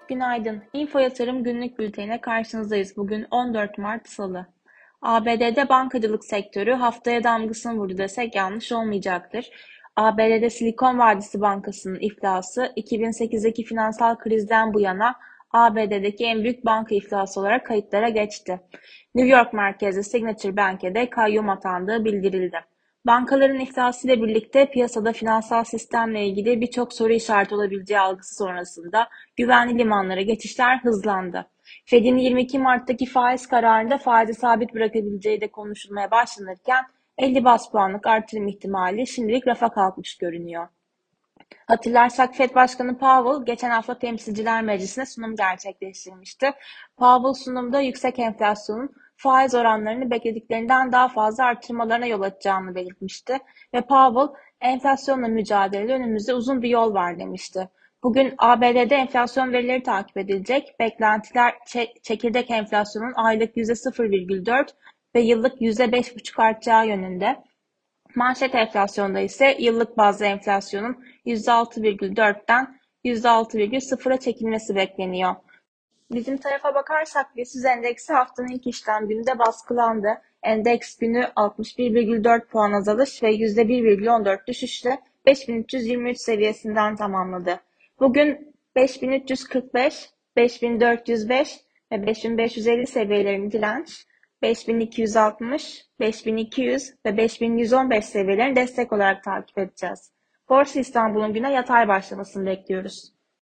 Günaydın. Info Yatırım günlük bültenine karşınızdayız. Bugün 14 Mart Salı. ABD'de bankacılık sektörü haftaya damgasını vurdu desek yanlış olmayacaktır. ABD'de Silikon Vadisi Bankası'nın iflası 2008'deki finansal krizden bu yana ABD'deki en büyük banka iflası olarak kayıtlara geçti. New York merkezli Signature Bank'e de kayyum atandığı bildirildi. Bankaların iflasıyla birlikte piyasada finansal sistemle ilgili birçok soru işareti olabileceği algısı sonrasında güvenli limanlara geçişler hızlandı. Fed'in 22 Mart'taki faiz kararında faizi sabit bırakabileceği de konuşulmaya başlanırken 50 bas puanlık artırım ihtimali şimdilik rafa kalkmış görünüyor. Hatırlarsak Fed Başkanı Powell geçen hafta Temsilciler Meclisi'ne sunum gerçekleştirmişti. Powell sunumda yüksek enflasyonun faiz oranlarını beklediklerinden daha fazla artırmalarına yol açacağını belirtmişti ve Powell enflasyonla mücadelede önümüzde uzun bir yol var demişti. Bugün ABD'de enflasyon verileri takip edilecek. Beklentiler çekirdek enflasyonun aylık %0,4 ve yıllık %5,5 artacağı yönünde. Manşet enflasyonda ise yıllık bazda enflasyonun %6,4'ten %6,0'a çekilmesi bekleniyor. Bizim tarafa bakarsak BIST endeksi haftanın ilk işlem gününde baskılandı. Endeks günü 61,4 puan azalış ve %1,14 düşüşle 5323 seviyesinden tamamladı. Bugün 5345, 5405 ve 5550 seviyelerin direnç, 5260, 5200 ve 5115 seviyelerini destek olarak takip edeceğiz. Borsa İstanbul'un güne yatay başlamasını bekliyoruz.